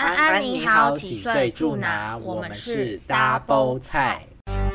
安安你好，几岁住哪？我们是 Double 菜。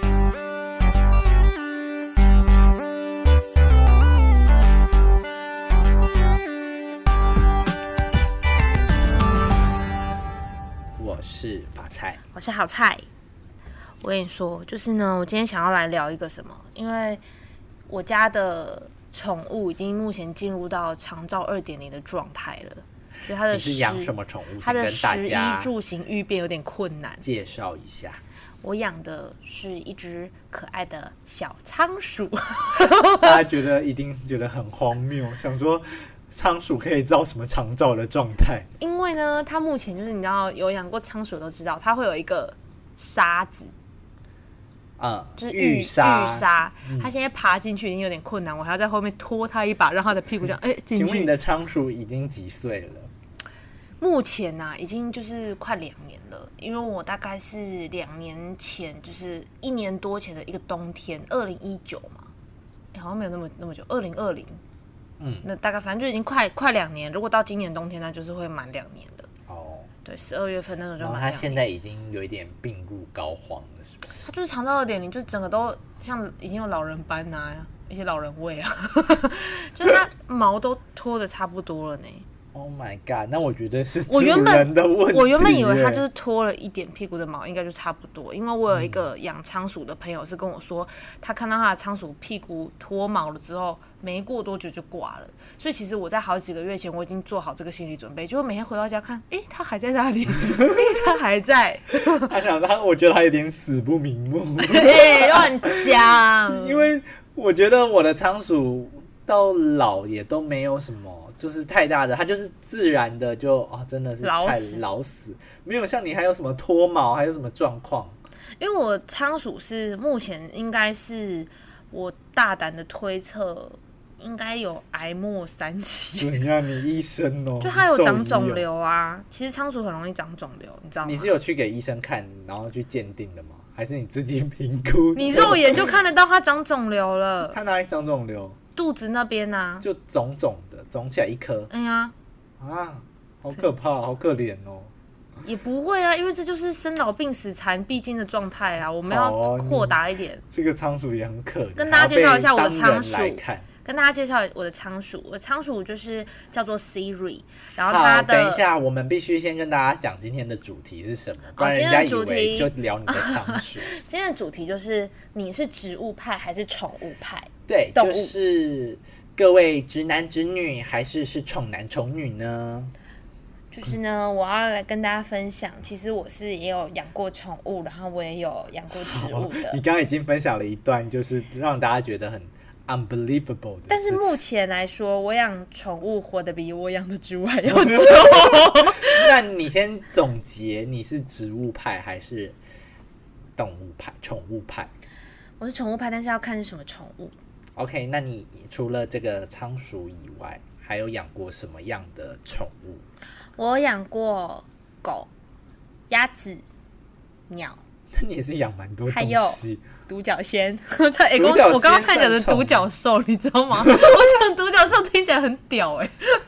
我是法菜， 我是好菜。我跟你说，就是呢，我今天想要来聊一个什么？因为我家的宠物已经目前进入到长照2.0的状态了。所以你是养什么宠物？ 它的食衣住行育变有点困难。 介绍一下， 我养的是一只可爱的小仓鼠。 大家一定觉得很荒谬，想说仓鼠可以到什么长照的状态？ 因为呢，它目前就是你知道有养过仓鼠都知道，它会有一个沙子。就是浴沙，它现在爬进去已经有点困难，我还要在后面拖它一把，让它的屁股这样进去。 请问你的仓鼠已经几岁了？ 目前已经就是快2年了，因为我大概是2年前，就是1年多前的一个冬天，2019嘛，好像没有那么久，2020，那大概反正就已经快2年，如果到今年冬天，那就是会满2年了。哦，对，12月份那种就满2年。 然后它现在已经有一点病入膏肓了，是不是？ 它就是肠道2.0，就整个都像已经有老人斑一些老人味就是它毛都脱的差不多了呢。 Oh my god！ 那我觉得是主人的问题。 我原本以为它就是脱了一点屁股的毛，应该就差不多。因为我有一个养仓鼠的朋友是跟我说，他看到他的仓鼠屁股脱毛了之后，没过多久就挂了。所以其实我在好几个月前我已经做好这个心理准备，就每天回到家看，它还在那里，它还在。 我觉得他有点死不瞑目。 乱讲。 因为我觉得我的仓鼠到老也都没有什么。就是太大的，它就是自然的真的是太老死，没有像你还有什么脱毛，还有什么状况。 因为我仓鼠是目前应该是我大胆的推测，应该有癌末3期。 怎样？你医生哦？ 就它有长肿瘤啊。其实仓鼠很容易长肿瘤，你知道吗？ 你是有去给医生看，然后去鉴定的吗？还是你自己评估？ 你肉眼就看得到它长肿瘤了。 它哪里长肿瘤？ 肚子那边啊， 就肿的，肿起来一颗。 哎呀， 好可怕，好可怜哦。 也不会啊，因为这就是生老病死缠必经的状态啊。我们要豁达一点。 这个仓鼠也很可怜。 跟大家介绍一下我的仓鼠。跟大家介绍我的仓鼠，我的仓鼠就是叫做 Siri， 然后它的。 等一下，我们必须先跟大家讲今天的主题是什么，不然人家以为就聊你的仓鼠。 今天的主题就是你是植物派还是宠物派？ 对，就是各位直男直女还是宠男宠女呢？ 就是呢，我要来跟大家分享，其实我也有养过宠物，然后我也有养过植物的。 你刚刚已经分享了一段，就是让大家觉得很 unbelievable 的。 但是目前来说，我养宠物活得比我养的植物还要久。 那你先总结，你是植物派还是动物派、宠物派？ 我是宠物派，但是要看是什么宠物。 OK， 那你除了这个仓鼠以外，还有养过什么样的宠物？ 我养过狗、鸭子、鸟。 那你也是养蛮多东西。 还有独角仙。我刚刚才讲的独角兽，你知道吗？我讲独角兽听起来很屌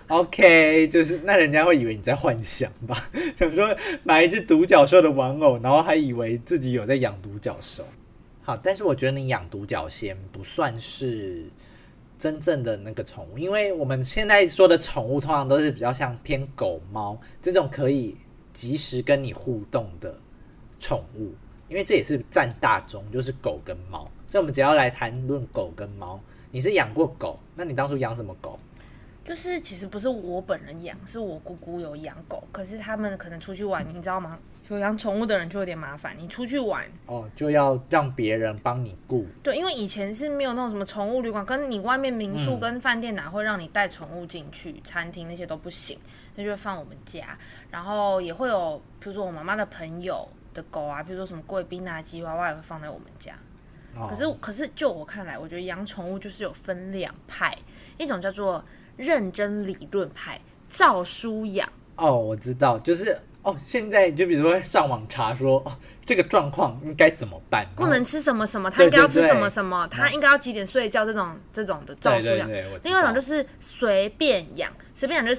OK， 就是那人家会以为你在幻想吧？想说买一只独角兽的玩偶，然后还以为自己有在养独角兽。好，但是我觉得你养独角仙不算是真正的那个宠物，因为我们现在说的宠物通常都是比较像偏狗猫这种可以及时跟你互动的宠物，因为这也是占大宗，就是狗跟猫，所以我们只要来谈论狗跟猫。你是养过狗，那你当初养什么狗？ 就是其实不是我本人养，是我姑姑有养狗，可是他们可能出去玩，你知道吗？有养宠物的人就有点麻烦，你出去玩就要让别人帮你顾。 对，因为以前是没有那种什么宠物旅馆，跟你外面民宿跟饭店哪会让你带宠物进去，餐厅那些都不行，那就会放我们家。然后也会有，比如说我妈妈的朋友的狗啊，比如说什么贵宾啊、吉娃娃也会放在我们家。可是就我看来，我觉得养宠物就是有分2派，一种叫做认真理论派，照书养。 我知道，就是现在就比如说上网查说这个状况应该怎么办， 不能吃什么什么，他应该要吃什么什么，他应该要几点睡觉，这种的照书养。另外一种就是随便养，随便养就是什么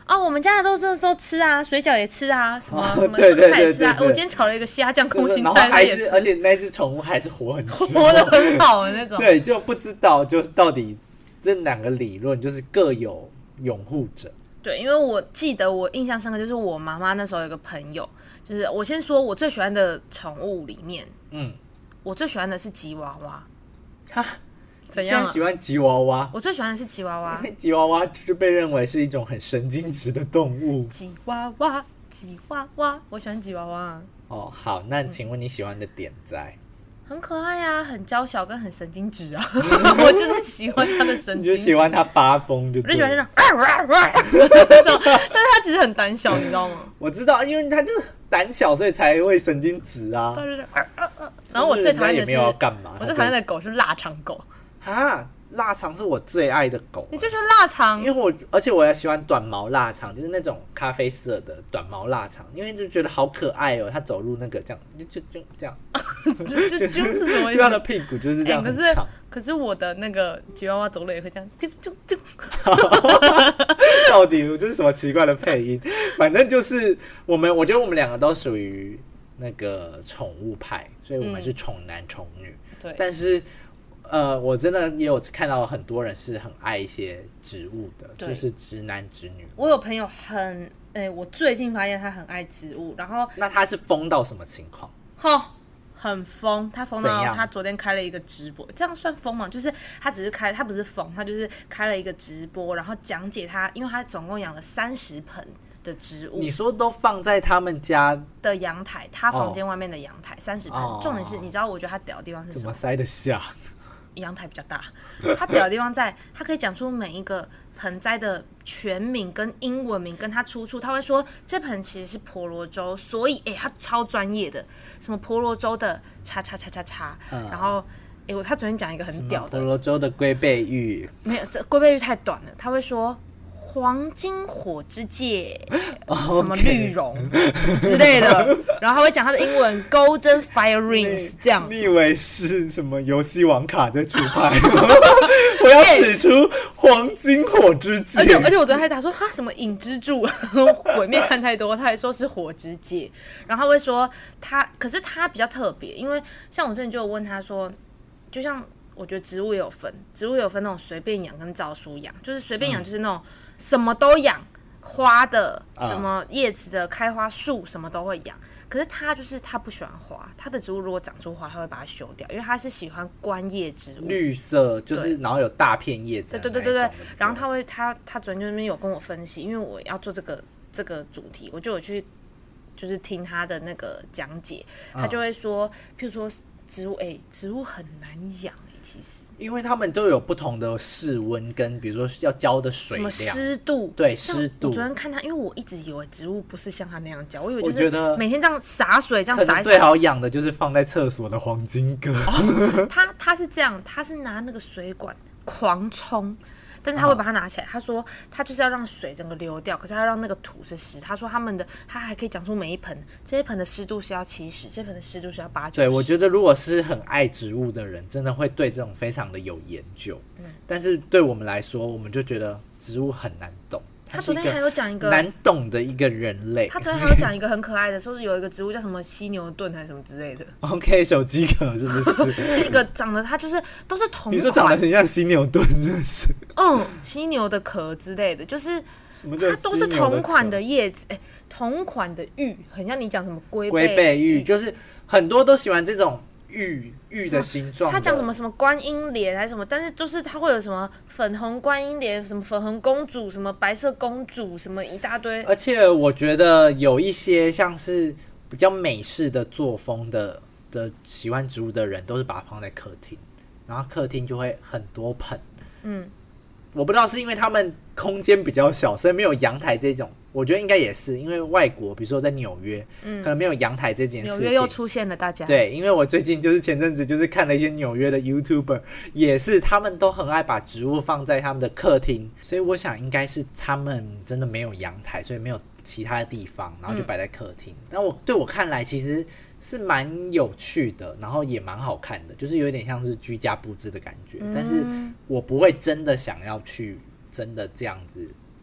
哦，我们家的都吃啊，水饺也吃啊，什么什么对对菜也吃啊。 对对对我今天炒了一个虾酱空心然后菜，它也吃， 而且那只宠物还是活很久， 活得很好的那种。 对，就不知道就是到底这两个理论就是各有拥护者。 对，因为我记得我印象深刻，就是我妈妈那时候有个朋友，就是我先说我最喜欢的宠物里面，我最喜欢的是吉娃娃。 哈， 怎样、 现在喜欢吉娃娃？ 我最喜欢的是吉娃娃。 吉娃娃就被认为是一种很神经质的动物。 吉娃娃，吉娃娃，我喜欢吉娃娃。 哦，好，那请问你喜欢的点在？ 很可爱啊，很娇小跟很神经质啊，我就是喜欢它的神经质。 你就喜欢它发疯就对了， 我就喜欢那种，但是它其实很胆小，你知道吗？ 我知道，因为它就是胆小，所以才会神经质啊。 对。然后我最讨厌的是， 就是人家也没有要干嘛， 我最讨厌的狗是腊肠狗。 啊，腊肠是我最爱的狗。 你就说腊肠， 因为而且我也喜欢短毛腊肠，就是那种咖啡色的短毛腊肠，因为就觉得好可爱哦。它走路那个这样，就这样， 就是什么意思？ 它的屁股就是这样很长。 可是我的那个吉娃娃走路也会这样，就。 到底这是什么奇怪的配音？反正就是我觉得我们两个都属于那个宠物派，所以我们是宠男宠女。 对， 但是我真的也有看到很多人是很爱一些植物的，就是直男直女。 我有朋友我最近发现他很爱植物，然后那他是疯到什么情况？ 很疯，他疯到他昨天开了一个直播，这样算疯吗？就是他不是疯，他就是开了一个直播，然后讲解他，因为他总共养了30盆的植物。 你说都放在他们家的阳台，他房间外面的阳台30盆。重点是，你知道我觉得他屌的地方是什么？ 怎么塞得下？ 阳台比较大，他屌的地方在，他可以讲出每一个盆栽的全名跟英文名跟它出处，他会说这盆其实是婆罗洲，所以他超专业的，什么婆罗洲的叉叉叉叉叉，然后他昨天讲一个很屌的婆罗洲的龟背玉， 没有，这龟背玉太短了，他会说黄金火之戒，什么绿绒什么之类的，然后他会讲他的英文 Golden Fire Rings 这样。 你以为是什么游戏王卡在出牌？我要使出黄金火之戒， 而且我昨天还打说什么影之柱，鬼灭看太多，他还说是火之戒，然后他会说可是他比较特别，因为像我之前就有问他说，就像我觉得植物也有分那种随便养跟照书养，就是随便养就是那种什么都养，花的什么叶子的开花树什么都会养。可是他不喜欢花，他的植物如果长出花，他会把它修掉，因为他是喜欢观叶植物， 绿色就是然后有大片叶子。 对。然后他昨天就那边有跟我分析，因为我要做这个主题，我就有去就是听他的那个讲解，他就会说，譬如说植物很难养其实。 因为他们都有不同的室温跟比如说要浇的水量、 什么湿度， 对湿度。 我昨天看他，因为我一直以为植物不是像他那样浇，我以为就是每天这样洒水，这样洒一洒。 最好养的就是放在厕所的黄金葛。 他是这样，他是拿那个水管狂冲。但是他会把它拿起来，他说他就是要让水整个流掉，可是他要让那个土是湿。他说他还可以讲出每一盆，这一盆的湿度是要70，这盆的湿度是要80。 对，我觉得如果是很爱植物的人，真的会对这种非常的有研究。但是对我们来说，我们就觉得植物很难懂。 他昨天还有讲一个难懂的一个人类。 他昨天还有讲一个很可爱的，说是有一个植物叫什么犀牛盾还是什么之类的。 OK， 手机壳是不是？ 这个长得它就是都是同款。 你说长得很像犀牛盾，是不是？ 犀牛的壳之类的，就是它都是同款的叶子，同款的玉，很像你讲什么龟背玉，就是很多都喜欢这种。玉的形状， 他讲什么观音莲还是什么，但是就是他会有什么粉红观音莲，什么粉红公主，什么白色公主，什么一大堆。 而且我觉得有一些像是比较美式的作风的喜欢植物的人，都是把它放在客厅，然后客厅就会很多盆。我不知道是因为他们空间比较小，所以没有阳台这种。我觉得应该也是因为外国，比如说在纽约，可能没有阳台这件事情。 纽约又出现了，大家。 对，因为我最近就是前阵子就是看了一些纽约的 YouTuber， 也是他们都很爱把植物放在他们的客厅，所以我想应该是他们真的没有阳台，所以没有其他的地方，然后就摆在客厅。但对我看来其实是蛮有趣的，然后也蛮好看的，就是有点像是居家布置的感觉。但是我不会真的想要去真的这样子。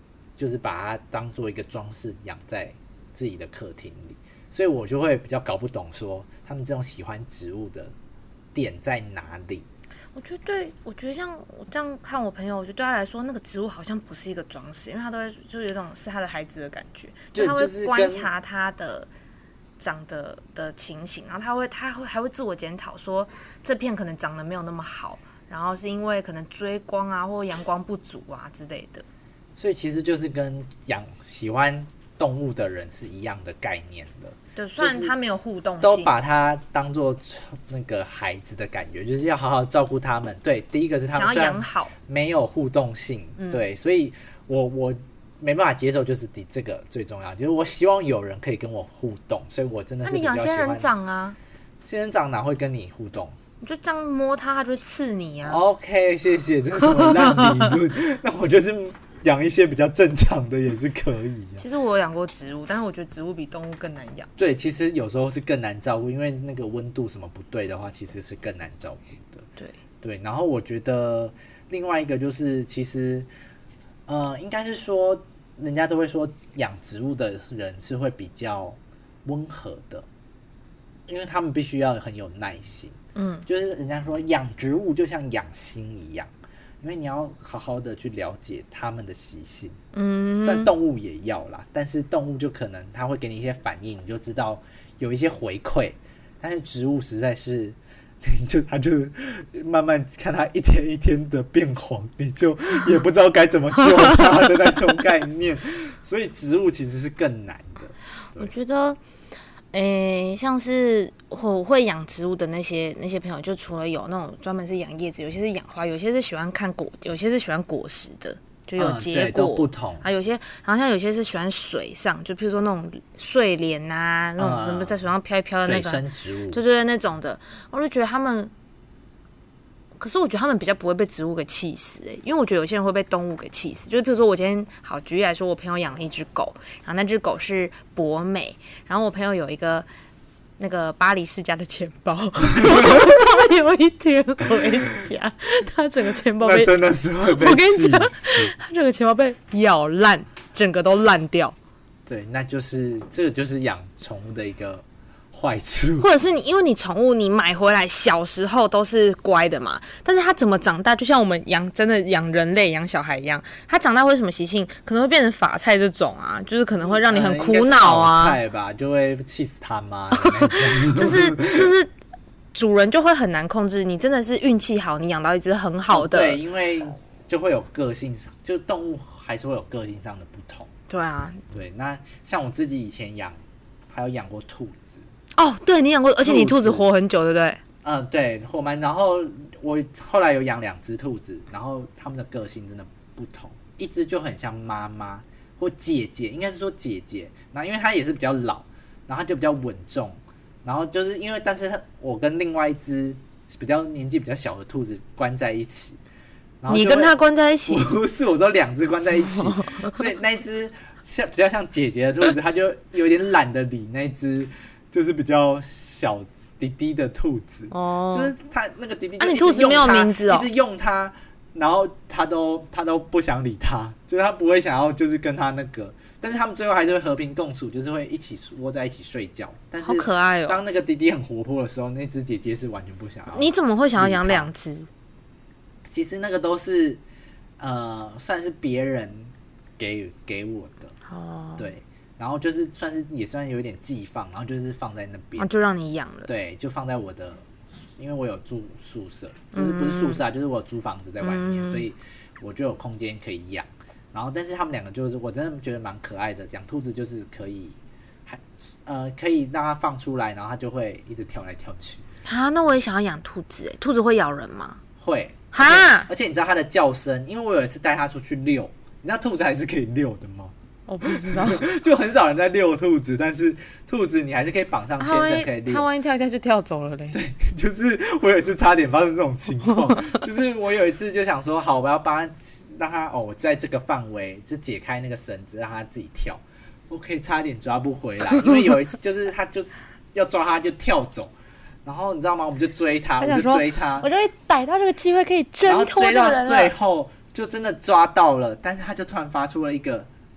就是把它当做一个装饰养在自己的客厅里，所以我就会比较搞不懂说他们这种喜欢植物的点在哪里。 我觉得像我这样看我朋友，我觉得对他来说，那个植物好像不是一个装饰，因为他都会就是有种是他的孩子的感觉，就他会观察他的长的情形，然后他还会自我检讨说这片可能长得没有那么好，然后是因为可能追光啊或阳光不足啊之类的。 所以其实就是跟喜欢动物的人是一样的概念的。 对，虽然他没有互动性， 都把它当做那个孩子的感觉，就是要好好照顾他们。对，第一个是他们想要养好， 没有互动性，对，所以我没办法接受，就是这个最重要，就是我希望有人可以跟我互动，所以我真的是比较喜欢。 那你养仙人掌啊？ 仙人掌哪会跟你互动？ 你就这样摸它，它就会刺你啊。 OK， 谢谢，这是什么烂理论？那我就是养一些比较正常的也是可以啊。 其实我有养过植物，但是我觉得植物比动物更难养。 对，其实有时候是更难照顾，因为那个温度什么不对的话，其实是更难照顾的。对，然后我觉得另外一个就是，其实应该是说，人家都会说养植物的人是会比较温和的，因为他们必须要很有耐心。就是人家说养植物就像养心一样。因为你要好好的去了解它们的习性，虽然动物也要啦，但是动物就可能它会给你一些反应，你就知道有一些回馈，但是植物实在是，它就慢慢看它一天一天的变黄，你就也不知道该怎么救它的那种概念，所以植物其实是更难的。 我觉得。像是我会养植物的那些朋友，就除了有那种专门是养叶子，有些是养花，有些是喜欢看果，有些是喜欢果实的，就有结果， 都不同。 有些，然后像有些是喜欢水上，就譬如说那种睡莲啊，那种什么在水上飘一飘的那个， 水生植物， 对那种的，我就觉得他们。可是我觉得他们比较不会被植物给气死，因为我觉得有些人会被动物给气死。就是譬如说我今天好举例来说，我朋友养了一只狗，然后那只狗是博美，然后我朋友有一个那个巴黎世家的钱包，他有一天回家，他整个钱包被那真的是会被气死。 我跟你讲，他整个钱包被咬烂，整个都烂掉。 对，那就是这个就是养宠物的一个。坏处， 或者是因为你宠物你买回来小时候都是乖的嘛，但是它怎么长大，就像我们真的养人类养小孩一样，它长大会什么习性，可能会变成法菜这种啊，就是可能会让你很苦恼啊， 菜吧，就会气死他妈的那种就是主人就会很难控制，你真的是运气好，你养到一只很好的， 对，因为就会有个性上，就动物还是会有个性上的不同， 对啊， 对，那像我自己以前还有养过兔子。 哦，对你养过，而且你兔子活很久，对不对？ 对，活蛮。然后我后来有养2只兔子，然后它们的个性真的不同，一只就很像妈妈或姐姐，应该是说姐姐。然后因为它也是比较老，然后它就比较稳重。然后就是因为，但是我跟另外一只年纪比较小的兔子关在一起。然后你跟它关在一起？ 不是，我说2只关在一起，所以那一只比较像姐姐的兔子，它就有点懒得理那一只。就是比较小滴滴的兔子，就是它那个滴滴， 你兔子没有名字哦， 一直用它，然后它都不想理它，就是它不会想要就是跟它那个，但是他们最后还是会和平共处，就是会一起窝在一起睡觉。但是好可爱哦！ 当那个滴滴很活泼的时候，那只姐姐是完全不想要。 你怎么会想要养2只？ 其实那个都是算是别人给我的哦，对。然后就是也算有一点寄放，然后就是放在那边， 就让你养了。 对，就放在我的，因为我有住宿舍，就是不是宿舍就是我有租房子在外面，所以我就有空间可以养。然后，但是他们2个就是我真的觉得蛮可爱的，养兔子就是可以，可以让它放出来，然后它就会一直跳来跳去。 啊，那我也想要养兔子兔子会咬人吗？ 会。 哈， 而且你知道它的叫声，因为我有一次带它出去遛，你知道兔子还是可以遛的吗？ 我不知道， 就很少人在遛兔子，但是兔子你还是可以绑上牵绳可以遛。 它万一跳一下就跳走了嘞。 对，就是我有一次差点发生这种情况，就是我有一次就想说，好，我要帮它让它我在这个范围就解开那个绳子，让它自己跳。我可以差点抓不回来，因为有一次就是它就要抓它就跳走，然后你知道吗？我们就追它，我就会逮到这个机会可以挣脱这个人了。 然后追到最后就真的抓到了，但是它就突然发出了一个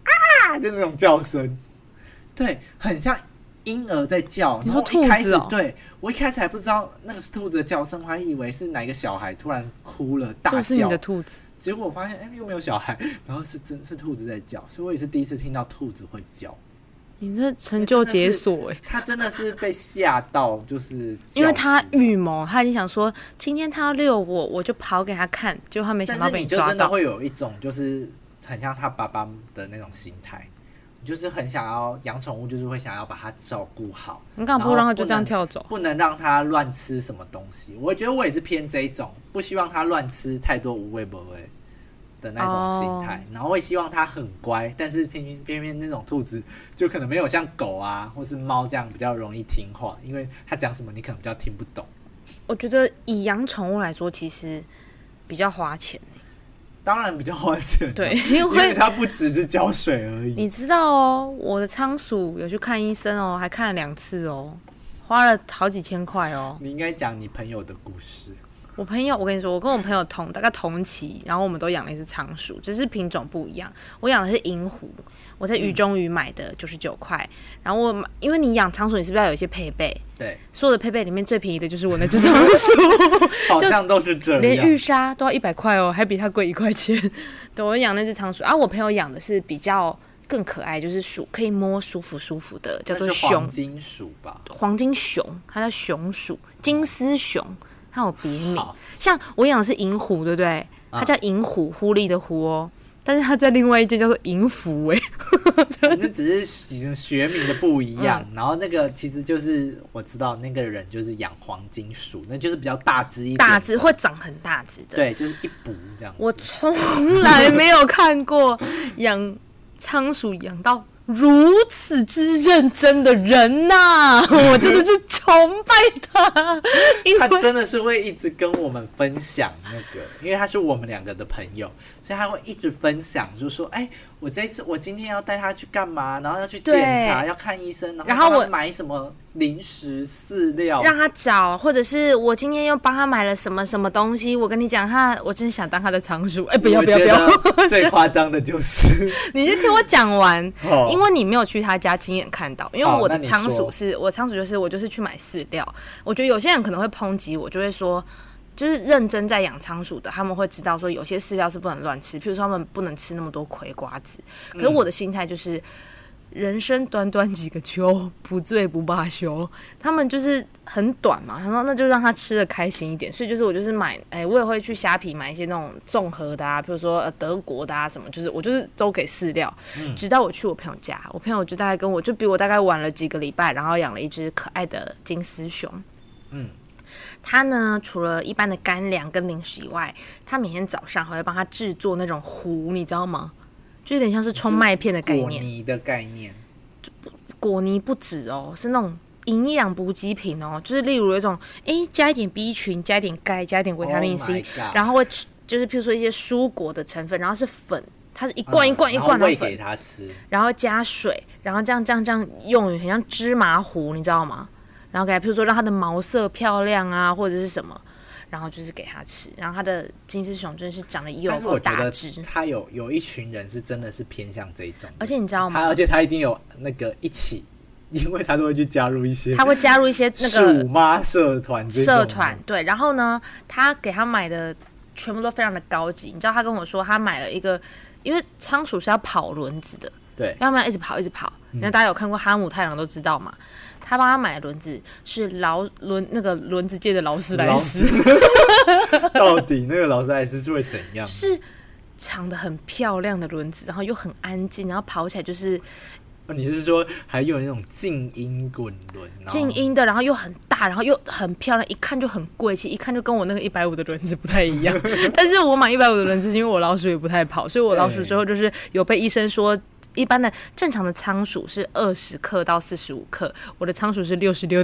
啊的那种叫声，对，很像婴儿在叫。 你说兔子哦？ 对，我一开始还不知道那个是兔子的叫声，我还以为是哪个小孩突然哭了大叫， 就是你的兔子。 结果我发现又没有小孩，然后是兔子在叫，所以我也是第一次听到兔子会叫。 你这成就解锁他真的是被吓到，就是因为他预谋，他已经想说今天他要遛我，我就跑给他看，结果他没想到被你抓到。 但是你就真的会有一种就是很像他爸爸的那种心态，你就是很想要养宠物，就是会想要把它照顾好。 你干嘛不让他就这样跳走？ 不能让他乱吃什么东西。我觉得我也是偏这一种，不希望他乱吃太多无谓不谓的那种心态，然后会希望它很乖，但是偏偏那种兔子就可能没有像狗啊或是猫这样比较容易听话，因为它讲什么你可能比较听不懂。 我觉得以养宠物来说，其实比较花钱。 当然比较花钱， 对， 因为它不只是浇水而已。 你知道哦，我的仓鼠有去看医生哦，还看了2次哦，花了好几千块哦。 你应该讲你朋友的故事。 我朋友，我跟你说，我跟我朋友大概同期，然后我们都养了一只仓鼠，只是品种不一样。我养的是银狐，我在鱼中鱼买的99块。然后因为你养仓鼠，你是不是要有一些配备？ 对， 所有的配备里面最便宜的就是我那只仓鼠， 好像都是这样， 连浴纱都要100块哦，还比它贵1块钱。对，我养那只仓鼠啊，我朋友养的是比较更可爱，就是可以摸舒服的，叫做熊黄金鼠吧？ 黄金熊，它叫熊鼠，金丝熊。它有别名，像我养的是银狐，对不对？它叫银狐，狐狸的狐哦。但是它在另外一间叫做银狐， 那只是学名的不一样。然后那个其实就是我知道那个人就是养黄金鼠，那就是比较大只一点， 大只会长很大只的， 对，就是一捕这样子。 我从来没有看过养仓鼠养到如此之认真的人呐、我真的是崇拜他， 他真的是会一直跟我们分享那个，因为他是我们2个的朋友，所以他会一直分享，就说：“哎，我今天要带他去干嘛？然后要去检查，要看医生，然后我买什么零食饲料， 让他找，或者是我今天又帮他买了什么什么东西。我跟你讲，我真想当他的仓鼠。哎，不要！ 最夸张的就是你就听我讲完，因为你没有去他家亲眼看到。因为我的仓鼠我就是去买饲料。我觉得有些人可能会抨击我，就会说。就是认真在养仓鼠的，他们会知道说有些饲料是不能乱吃，譬如说他们不能吃那么多葵瓜子。可是我的心态就是，人生短短几个秋，不醉不罢休。他们就是很短嘛，他说那就让他吃得开心一点。所以就是我就是买，我也会去虾皮买一些那种综合的啊，譬如说德国的啊什么，就是我就是都给饲料。直到我去我朋友家，我朋友就大概比我大概晚了几个礼拜，然后养了一只可爱的金丝熊。他呢，除了一般的干粮跟零食以外，他每天早上还会帮他制作那种糊，你知道吗？就有点像是冲麦片的概念， 果泥的概念。 果泥不止哦，是那种营养补给品哦，就是例如有一种，加一点 B 群，加一点钙，加一点维他命 C，然后会就是譬如说一些蔬果的成分，然后是粉，它是一罐一罐的粉， 给他吃， 然后加水，然后这样用，很像芝麻糊，你知道吗？然后给他，譬如说让它的毛色漂亮啊，或者是什么，然后就是给他吃。然后他的金丝熊真的是长得又够大只。 他有一群人是真的是偏向这一种， 而且你知道吗？ 而且他一定有那个一起，因为他都会去加入一些， 他会加入一些那个鼠妈社团对。然后呢，他给他买的全部都非常的高级。你知道他跟我说，他买了一个，因为仓鼠是要跑轮子的， 对， 要不然一直跑。那大家有看过哈姆太郎都知道嘛？他帮他买的轮子是那个轮子界的劳斯莱斯， 到底那个劳斯莱斯是会怎样？ 是长得很漂亮的轮子，然后又很安静，然后跑起来就是。 你是说还有那种静音滚轮？ 静音的，然后又很大，然后又很漂亮，一看就很贵气，一看就跟我那个150的轮子不太一样。但是我买150的轮子是因为我老鼠也不太跑，所以我老鼠之后就是有被医生说。一般的正常的仓鼠是20克到45克，我的仓鼠是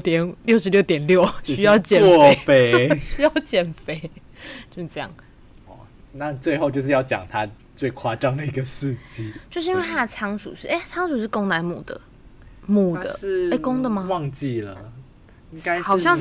66.6，需要减肥，需要减肥，就是这样。 那最后就是要讲它最夸张的一个事迹， 就是因为它的仓鼠是公的还是母的？母的，公的吗？ 忘记了，应该是好像是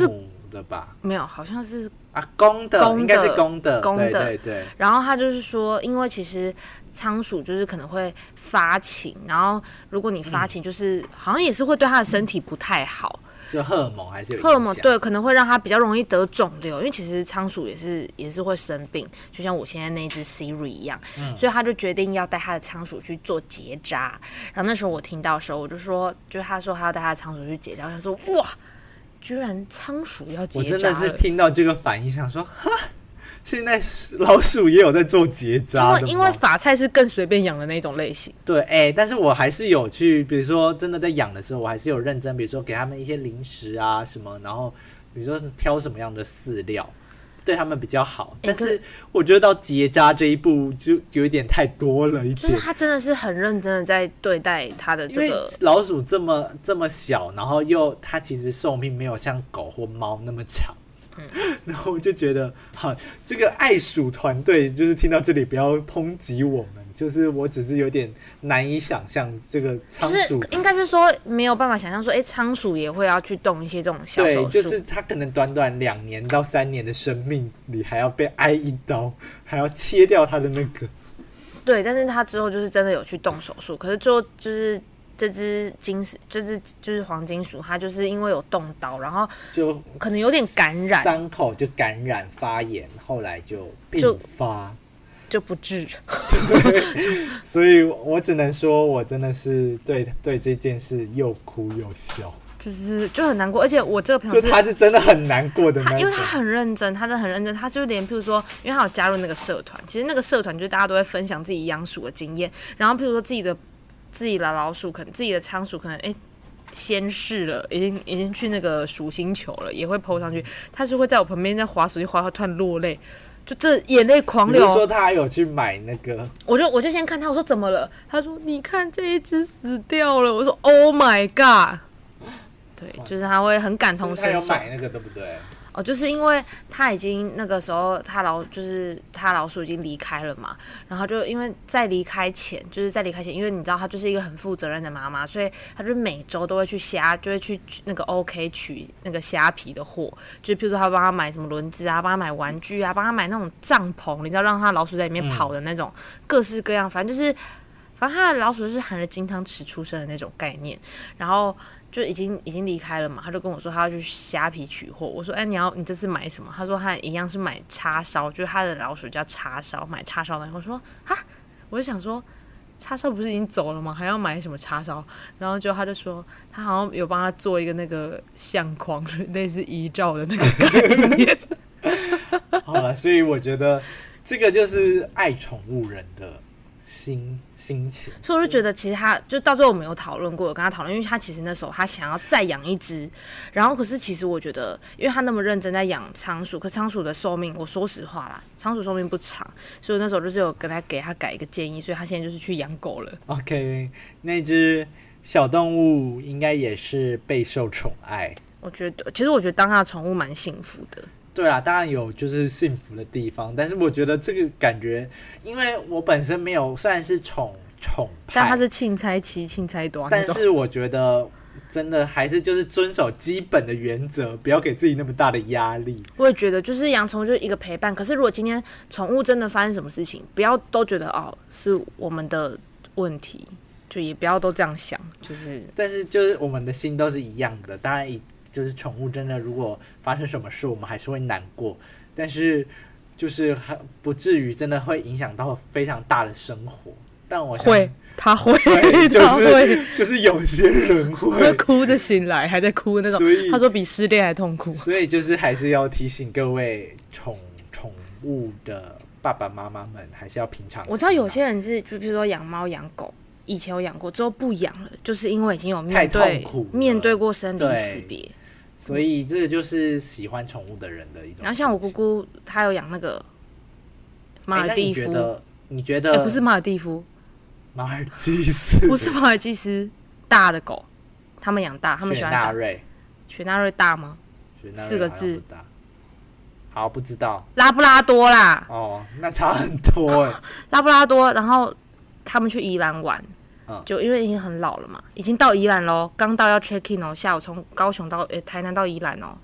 的吧？ 没有，好像是公的，应该是公的， 对对对。 然后他就是说，因为其实仓鼠就是可能会发情，然后如果你发情，就是好像也是会对他的身体不太好。 就荷尔蒙还是有影响，荷尔蒙对，可能会让它比较容易得肿瘤，因为其实仓鼠也是会生病，就像我现在那只 Siri 一样，所以他就决定要带他的仓鼠去做结扎。然后那时候我听到的时候，我就说，就是他说他要带他的仓鼠去结扎，我想说哇，居然仓鼠要结扎了！ 我真的是听到这个反应，想说哈。现在老鼠也有在做结扎的吗？ 因为法菜是更随便养的那种类型。 对，但是我还是有去，比如说真的在养的时候，我还是有认真，比如说给他们一些零食啊什么，然后比如说挑什么样的饲料，对他们比较好。但是我觉得到结扎这一步就有一点太多了一点， 就是他真的是很认真的在对待他的这个。 因为老鼠这么小，然后又它其实寿命没有像狗或猫那么长。然后我就觉得，好，这个爱鼠团队就是听到这里不要抨击我们，就是我只是有点难以想象这个仓鼠， 就是应该是说没有办法想象说，仓鼠也会要去动一些这种小手术， 对，就是它可能短短2年到3年的生命里还要被挨一刀，还要切掉它的那个， 对，但是他之后就是真的有去动手术，可是最后就是这只就是黄金鼠，它就是因为有动刀，然后就可能有点感染， 伤口就感染发炎，后来就并发， 就不治。 所以我只能说，我真的是对这件事又哭又笑。 就很难过，而且我这个朋友就他是真的很难过的那种， 因为他很认真，他真的很认真，他就连譬如说，因为他有加入那个社团，其实那个社团就是大家都会分享自己养鼠的经验，然后譬如说自己的老鼠，可能自己的仓鼠可能先试了，已经去那个鼠星球了，也会 po 上去。他是会在我旁边在滑手机滑，突然落泪，就这眼泪狂流。 你说他还有去买那个， 我就先看他，我说怎么了？他说你看这一只死掉了。我说 Oh my god， 对，就是他会很感同身受。 他有买那个对不对？ 就是因为他已经那个时候他老鼠已经离开了嘛，然后就因为在离开前，因为你知道他就是一个很负责任的妈妈，所以他就每周都会去那个 OK 取那个虾皮的货，就譬如说他帮他买什么轮子啊，帮他买玩具啊，帮他买那种帐篷，你知道让他老鼠在里面跑的那种，各式各样，反正他的老鼠就是含着金汤匙出生的那种概念，然后就已经离开了嘛，他就跟我说他要去虾皮取货。我说你这次买什么？他说他一样是买叉烧，就是他的老鼠叫叉烧，买叉烧的。我说哈，我就想说叉烧不是已经走了吗？还要买什么叉烧？然后他就说他好像有帮他做一个那个相框，类似遗照的那个概念。 好了，所以我觉得这个就是爱宠物人的心情， 所以我就觉得其实他就到最后我们有讨论过，有跟他讨论，因为他其实那时候他想要再养一只，然后可是其实我觉得，因为他那么认真在养仓鼠，可仓鼠的寿命，我说实话啦，仓鼠寿命不长，所以我那时候就是有给他改一个建议，所以他现在就是去养狗了。 OK， 那只小动物应该也是备受宠爱。 其实我觉得当他的宠物蛮幸福的。 对啦，当然有就是幸福的地方，但是我觉得这个感觉，因为我本身没有，虽然是宠派， 但他是钦差期、钦差多， 但是我觉得真的还是就是遵守基本的原则，不要给自己那么大的压力。 我也觉得，就是养宠物就是一个陪伴。可是如果今天宠物真的发生什么事情，不要都觉得是我们的问题，就也不要都这样想。 但是就是我们的心都是一样的，当然就是宠物真的如果发生什么事，我们还是会难过，但是就是不至于真的会影响到非常大的生活。但我他会， 就是有些人会哭着醒来，还在哭那种。他说比失恋还痛苦。 所以就是还是要提醒各位宠物的爸爸妈妈们，还是要平常心。 我知道有些人是，就比如说养猫养狗，以前有养过，之后不养了，就是因为已经有面对过生离死别。 所以这个就是喜欢宠物的人的一种。 然后像我姑姑，她有养那个马尔蒂夫， 你觉得？ 不是马尔蒂夫， 马尔济斯不是马尔济斯，大的狗，他们养大，他们喜欢大。雪纳瑞大吗？4个字。 好，不知道。 拉布拉多啦。 哦，那差很多哎。 拉布拉多，然后他们去宜兰玩。就因为已经很老了嘛，已经到宜兰咯，刚到要 check in 下午从高雄到台南到宜兰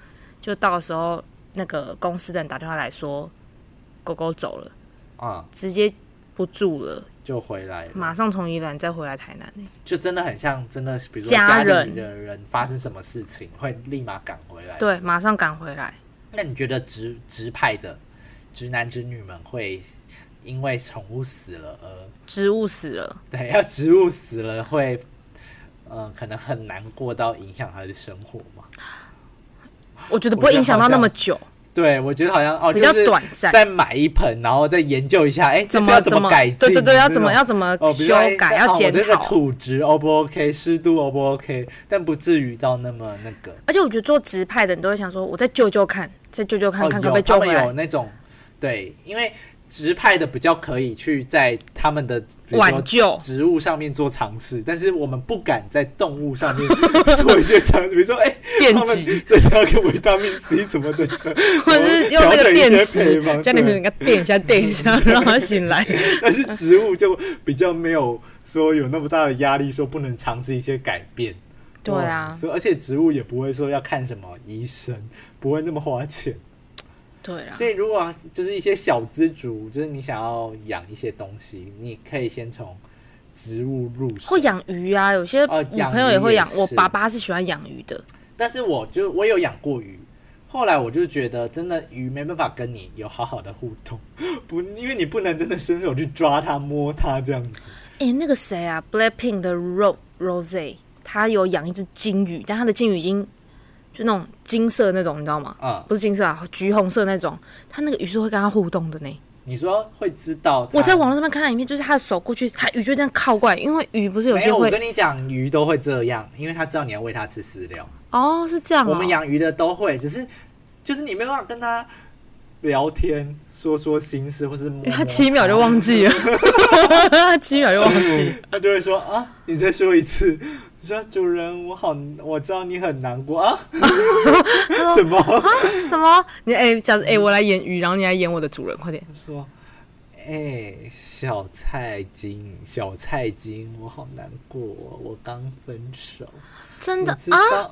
就到的时候，那个公司的人打电话来说，狗狗走了，直接不住了， 就回来了， 马上从宜兰再回来台南就真的很像，真的比如说家里的人发生什么事情，会立马赶回来。 对，马上赶回来。 那你觉得直派的直男直女们会因为宠物死了而植物死了？ 对，要植物死了会可能很难过到影响他的生活吗？ 我觉得不会影响到那么久。 对，我觉得好像比较短暂。 再买一盆，然后再研究一下，怎么改进？ 对，要怎么修改，要检讨。 土质 O 不 OK， 湿度 O 不 OK， 但不至于到那么那个。 而且我觉得做直派的，你都会想说，我再救救看，看可不可以救回来。 他们有那种对，因为直派的比较可以去在他们的挽救植物上面做尝试，但是我们不敢在动物上面做一些尝试，比如说电击， 再加个维他命 C 什么的， 或者是用那个电击，叫你给它电一下，让它醒来。 但是植物就比较没有说有那么大的压力，说不能尝试一些改变。 对啊， 而且植物也不会说要看什么医生，不会那么花钱。 对啦， 所以如果就是一些小资族，就是你想要养一些东西，你可以先从植物入手。 会养鱼啊，有些我朋友也会养。我爸爸是喜欢养鱼的， 但是我有养过鱼，后来我就觉得真的鱼没办法跟你有好好的互动，因为你不能真的伸手去抓它、摸它这样子。 那个谁啊 ，Blackpink 的 Rose， 他有养一只金鱼，但他的金鱼已经。就那种金色那种，你知道吗？不是金色啊，橘红色那种。它那个鱼是会跟它互动的呢。 你说会知道？ 我在网络上面看到影片，就是它的手过去，它鱼就这样靠过来，因为鱼不是有些会。 我跟你讲，鱼都会这样，因为它知道你要喂它吃饲料。 是这样。 我们养鱼的都会，只是就是你没办法跟它聊天，说心事，或是摸摸它 7秒就忘记了，它7秒就忘记， 它就会说你再说一次。说主人，我知道你很难过啊。什么？ 什么？你我来演鱼，然后你来演我的主人，快点说。小菜精，我好难过，我刚分手。 真的啊？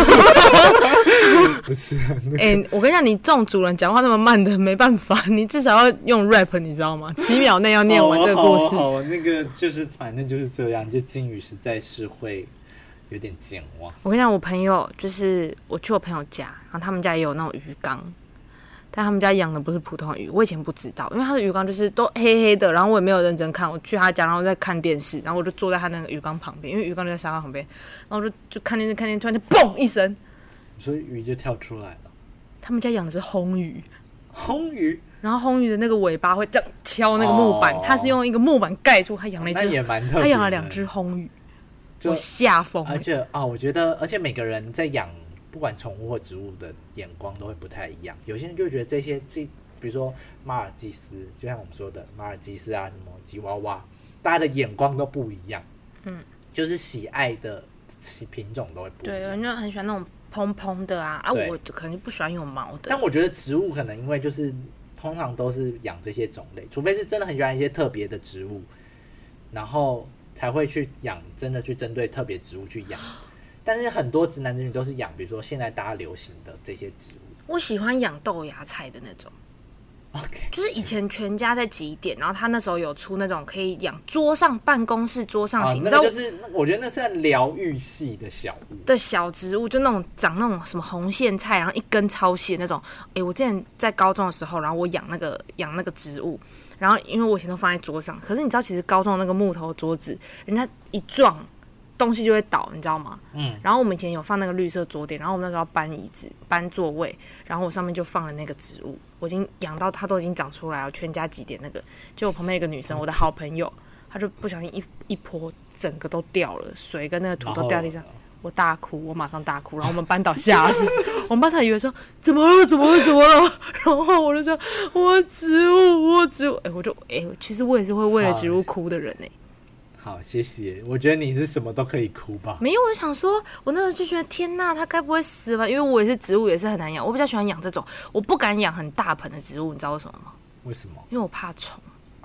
不是啊。 我跟你讲，你这种主人讲话那么慢的，没办法，你至少要用 rap， 你知道吗？7秒内要念完这个故事。 好，那个就是反正就是这样，就金鱼实在是会有点健忘。 我跟你讲，我朋友就是我去我朋友家，然后他们家也有那种鱼缸，但他们家养的不是普通的鱼。我以前不知道，因为他的鱼缸就是都黑黑的，然后我也没有认真看。我去他家，然后在看电视，然后我就坐在他那个鱼缸旁边，因为鱼缸就在沙发旁边，然后就看电视，突然间嘣一声， 所以鱼就跳出来了。 他们家养的是红鱼，然后红鱼的那个尾巴会这样敲那个木板，他是用一个木板盖住。他养了一只，他养了2只红鱼。我吓疯了。 而且我觉得，而且每个人在养不管宠物或植物的眼光都会不太一样。有些人就会觉得比如说马尔济斯，就像我们说的马尔济斯啊，什么吉娃娃，大家的眼光都不一样。就是喜爱的品种都会不一样。 对，有人就很喜欢那种蓬蓬的啊，我可能不喜欢有毛的。 但我觉得植物可能因为就是通常都是养这些种类，除非是真的很喜欢一些特别的植物，然后才会去养，真的去针对特别植物去养。但是很多直男直女都是养，比如说现在大家流行的这些植物。 我喜欢养豆芽菜的那种。 Okay. 就是以前全家在集点，然后他那时候有出那种可以养办公室桌上型， 那个就是我觉得那是疗愈系的小植物，就那种长那种什么红苋菜，然后一根超细的那种。我之前在高中的时候，然后我养那个植物，然后因为我以前都放在桌上，可是你知道其实高中的那个木头桌子，人家一撞东西就会倒，你知道吗？然后我们以前有放那个绿色桌垫，然后我们那时候要搬椅子、搬座位，然后我上面就放了那个植物，我已经养到它都已经长出来了，全家几点那个，就我旁边一个女生，我的好朋友，她就不小心一泼，整个都掉了，水跟那个土都掉地上，我大哭，我马上大哭，然后我们班导吓死，我们班导以为说怎么了，然后我就说我植物，其实我也是会为了植物哭的人好，谢谢。我觉得你是什么都可以哭吧？ 没有，我想说，我那时候就觉得天哪，它该不会死吧？因为我也是植物，也是很难养。我比较喜欢养这种，我不敢养很大盆的植物，你知道为什么吗？ 为什么？ 因为我怕虫。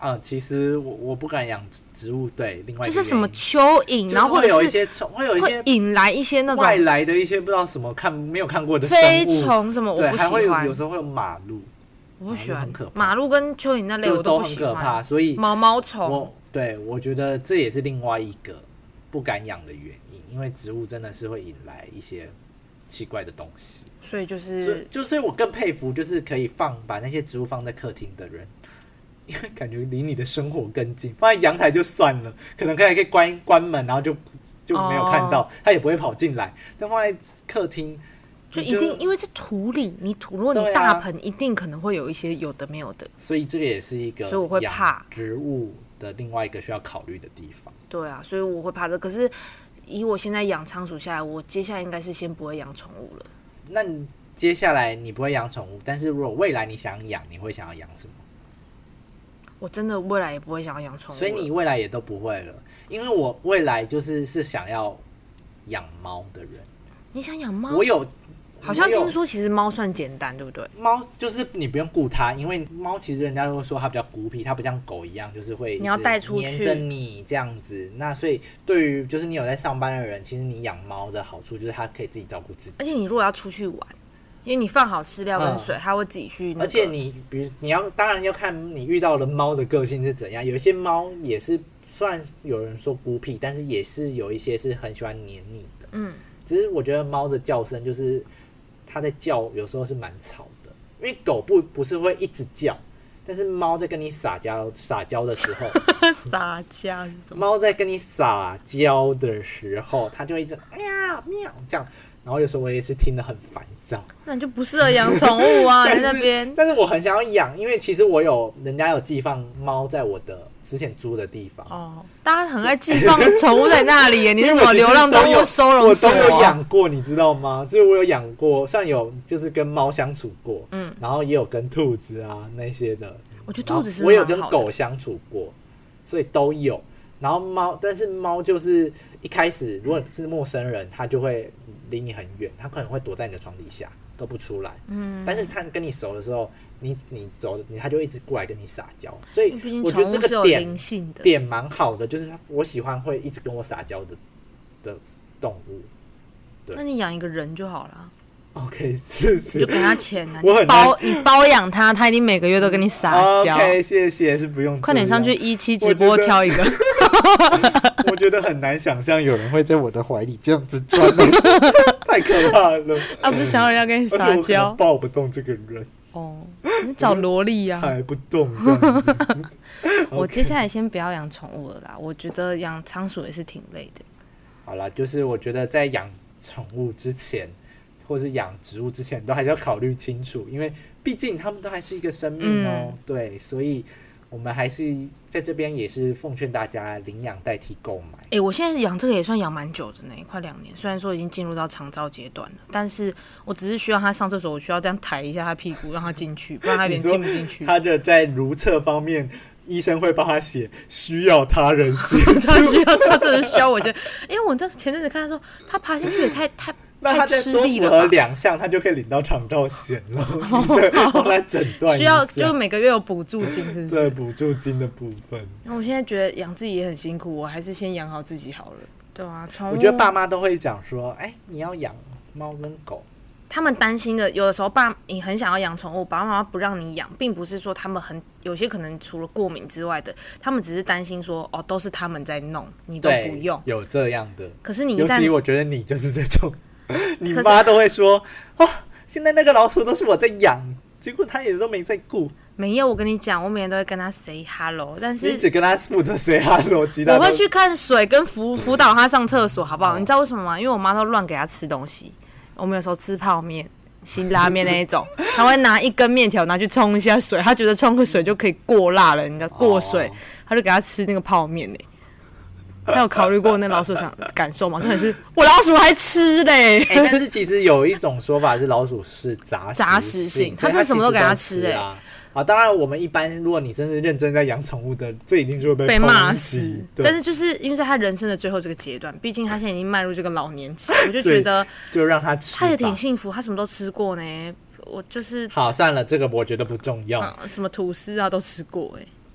其实我不敢养植物，对，另外一个就是什么蚯蚓，然后或者是会有一些引来一些那种外来的一些不知道什么没有看过的生飞物虫什么，我不喜欢。 对，还会有时候会有马路， 我不喜欢， 很可怕。 马路跟蚯蚓那类我都不喜欢， 很可怕，所以毛虫。 我觉得这也是另外一个不敢养的原因，因为植物真的是会引来一些奇怪的东西。 所以就是我更佩服就是可以把那些植物放在客厅的人，因为感觉离你的生活更近。放在阳台就算了，可能可以关门，然后就没有看到，它也不会跑进来。但放在客厅， 就一定因为在土里，如果你大盆，一定可能会有一些有的没有的。 所以这个也是一个， 所以我会怕植物的另外一个需要考虑的地方。 对啊，所以我会怕这。可是以我现在养仓鼠下来，我接下来应该是先不会养宠物了。 那你接下来你不会养宠物，但是如果未来你想养，你会想要养什么？ 我真的未来也不会想要养宠物， 所以你未来也都不会了。因为我未来是想要养猫的人。 你想养猫？ 我有， 好像听说其实猫算简单，对不对？ 猫就是你不用顾它，因为猫其实人家都会说它比较孤僻，它不像狗一样就是会你要带出去黏着你这样子。那所以对于就是你有在上班的人，其实你养猫的好处就是它可以自己照顾自己， 而且你如果要出去玩，因为你放好饲料跟水，它会自己去而且比如当然要看你遇到的猫的个性是怎样。有一些猫也是虽然有人说孤僻，但是也是有一些是很喜欢黏你的。只是我觉得猫的叫声就是它在叫，有时候是蛮吵的，因为狗不是会一直叫，但是猫在跟你撒娇的时候， 撒娇是什么？ 猫在跟你撒娇的时候，它就一直喵喵这样。然后有时候我也是听得很烦躁， 那你就不适合养宠物啊！在那边， 但是我很想要养，因为其实人家有寄放猫在我的之前租的地方。 哦，大家很爱寄放宠物在那里耶，你是什么流浪动物收容所？ 我都有养过，你知道吗？就是我有养过，像有就是跟猫相处过，然后也有跟兔子啊那些的。 我觉得兔子是我有跟狗相处过，所以都有。然后但是猫就是一开始如果是陌生人，它就会离你很远，它可能会躲在你的床底下都不出来。但是它跟你熟的时候，你走，它就一直过来跟你撒娇。所以我觉得这个点蛮好的，就是我喜欢会一直跟我撒娇的动物。对， 那你养一个人就好了。 OK， 是你就给他钱啊，你包养他，他一定每个月都跟你撒娇。 OK， 谢谢，是不用。 快点上去17直播挑一个。 我觉得很难想象有人会在我的怀里这样子钻，太可怕了。 啊，不是想要人家跟你撒娇， 我抱不动这个人。 哦，你找萝莉呀， 还不动这样子。 我接下来先不要养宠物了啦，我觉得养仓鼠也是挺累的。 好啦，就是我觉得在养宠物之前，或是养植物之前，都还是要考虑清楚，因为毕竟他们都还是一个生命哦。对，所以我们还是在这边也是奉劝大家领养代替购买。 我现在养这个也算养蛮久的呢，快2年。虽然说已经进入到长照阶段了，但是我只是需要他上厕所，我需要这样抬一下他屁股，让他进去，不然他有点进不进去。 他的在如厕方面，医生会帮他写需要他人协助， 他真的需要我先，因为我前阵子看他说他爬进去也太那他再多符合2项，他就可以领到长照险了。对，帮他诊断一下。 需要就每个月有补助金，是不是？ 对，补助金的部分。 那我现在觉得养自己也很辛苦，我还是先养好自己好了。对啊，宠物。 我觉得爸妈都会讲说，你要养猫跟狗。 他们担心的，有的时候你很想要养宠物，爸爸妈妈不让你养，并不是说他们有些可能除了过敏之外的，他们只是担心说，都是他们在弄，你都不用。 有这样的。 可是你尤其我觉得你就是这种。你妈都会说现在那个老鼠都是我在养，结果他也都没在顾。 没有，我跟你讲，我每天都会跟他 say hello， 但是你只跟他负责 say hello， 其他我会去看水跟辅导他上厕所，好不好？你知道为什么吗？因为我妈都乱给他吃东西。我们有时候吃泡面、辛拉面那一种，他会拿一根面条拿去冲一下水，他觉得冲个水就可以过辣了，你知道过水，他就给他吃那个泡面呢。他有考虑过那老鼠想感受吗？重点是我老鼠还吃嘞。 但是其实有一种说法是老鼠是杂食性， 它是什么都给它吃当然我们一般如果你真是认真在养宠物的，这一定就会被骂死。但是就是因为在他人生的最后这个阶段，毕竟他现在已经迈入这个老年期，我就觉得就让他吃， 他也挺幸福，他什么都吃过呢。我就是好，算了，这个我觉得不重要。 什么吐司啊都吃过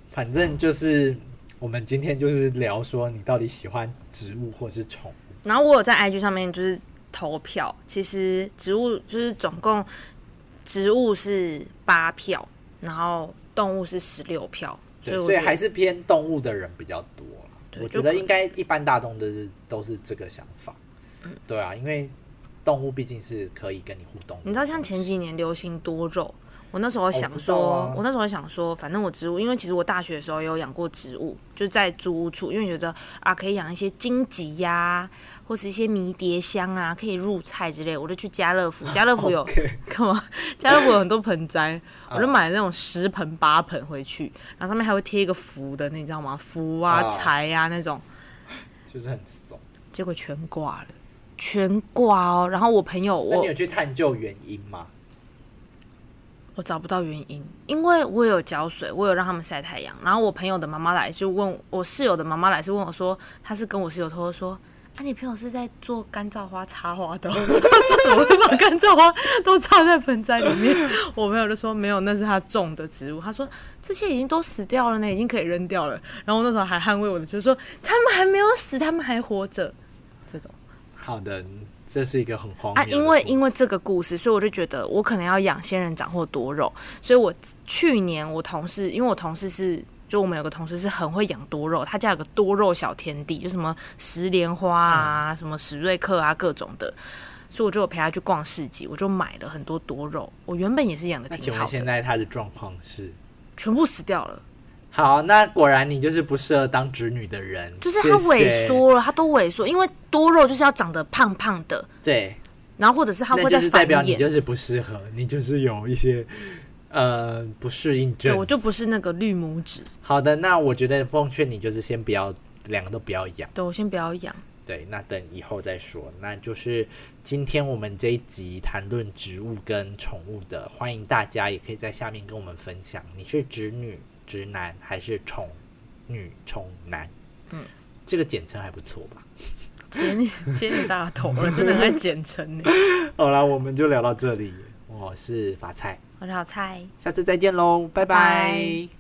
反正就是我们今天就是聊说你到底喜欢植物或是宠物。 然后我有在 IG 上面就是投票，其实植物就是总共植物是8票，然后动物是16票， 所以还是偏动物的人比较多。我觉得应该一般大众的都是这个想法。对啊，因为动物毕竟是可以跟你互动的。 你知道像前几年流行多肉，我那时候想说，反正我植物，因为其实我大学的时候也有养过植物，就是在租屋处，因为觉得啊可以养一些荆棘呀，或是一些迷迭香啊，可以入菜之类，我就去家乐福，家乐福有干嘛？家乐福有很多盆栽，我就买了那种10盆8盆回去，然后上面还会贴一个福的，你知道吗？福啊财啊那种， 就是很怂。 结果全挂了，全挂哦。然后我朋友， 那你有去探究原因吗？ 我找不到原因，因为我有浇水，我有让他们晒太阳。然后我朋友的妈妈来就问我室友的妈妈来是问我说，她是跟我室友偷偷说，啊，你朋友是在做干燥花插花的、哦，他说怎么会把干燥花都插在盆栽里面？我朋友就说没有，那是他种的植物。他说这些已经都死掉了呢，已经可以扔掉了。然后我那时候还捍卫我的，就是说他们还没有死，他们还活着。这种好的。这是一个很荒谬的故事因为这个故事，所以我就觉得我可能要养仙人掌或多肉。所以我去年我同事，因为我同事是，就我们有个同事是很会养多肉，他家有个多肉小天地，就什么石莲花啊、什么史瑞克啊各种的，所以我就有陪他去逛市集，我就买了很多多肉。我原本也是养的挺好的。 那请问现在他的状况是？ 全部死掉了。 好，那果然你就是不适合当侄女的人， 就是他萎缩了，他都萎缩，因为多肉就是要长得胖胖的， 对， 然后或者是他会在繁衍， 那就是代表你就是不适合，你就是有一些不适应症， 对，我就不是那个绿拇指。 好的，那我觉得奉劝你就是先不要，两个都不要养， 对，我先不要养， 对，那等以后再说。那就是今天我们这一集谈论植物跟宠物的，欢迎大家也可以在下面跟我们分享，你是侄女、直男还是宠女、宠男？这个简称还不错吧？ 接你大头了，真的很爱简称呢。 好啦，我们就聊到这里。我是法菜， 我是好菜， 下次再见喽，拜拜。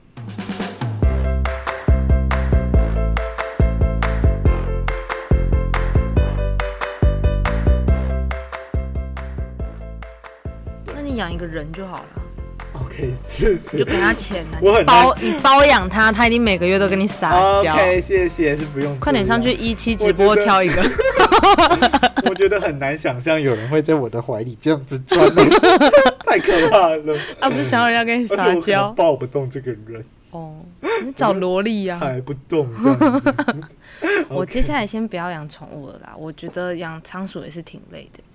那你养一个人就好了。 OK， 是， 你就给他钱了，你包养他，他一定每个月都跟你撒娇。 OK， 谢谢，是不用。 快点上去17直播挑一个。 我觉得很难想象有人会在我的怀里这样子钻，太可怕了。 啊，不是想要人家跟你撒娇， 抱不动这个人。 哦，你找萝莉呀， 还不动这样子。 我接下来先不要养宠物了啦，我觉得养仓鼠也是挺累的。